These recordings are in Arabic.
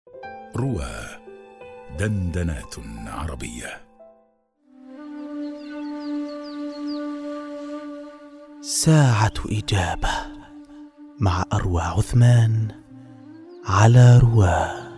روى دندنات عربية. ساعة إجابة مع أروى عثمان على رواه.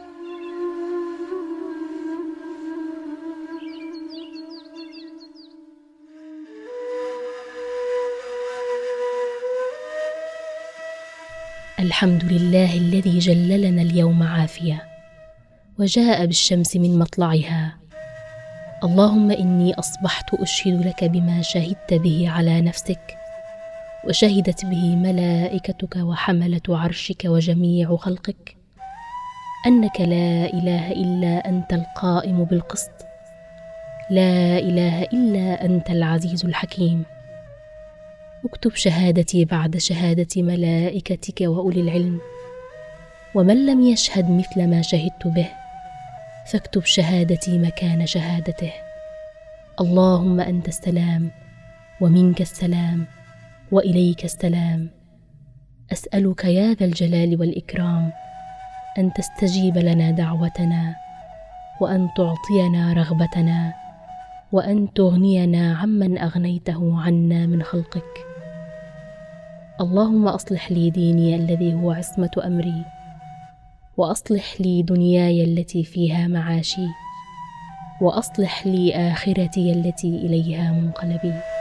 الحمد لله الذي جللنا اليوم عافية وجاء بالشمس من مطلعها. اللهم إني أصبحت أشهد لك بما شهدت به على نفسك وشهدت به ملائكتك وحملة عرشك وجميع خلقك، أنك لا إله إلا أنت القائم بالقسط، لا إله إلا أنت العزيز الحكيم. اكتب شهادتي بعد شهادة ملائكتك وأولي العلم، ومن لم يشهد مثل ما شهدت به فاكتب شهادتي مكان شهادته. اللهم أنت السلام ومنك السلام وإليك السلام. أسألك يا ذا الجلال والإكرام أن تستجيب لنا دعوتنا، وأن تعطينا رغبتنا، وأن تغنينا عمن أغنيته عنا من خلقك. اللهم أصلح لي ديني الذي هو عصمة أمري، وأصلح لي دنياي التي فيها معاشي، وأصلح لي آخرتي التي إليها منقلبي.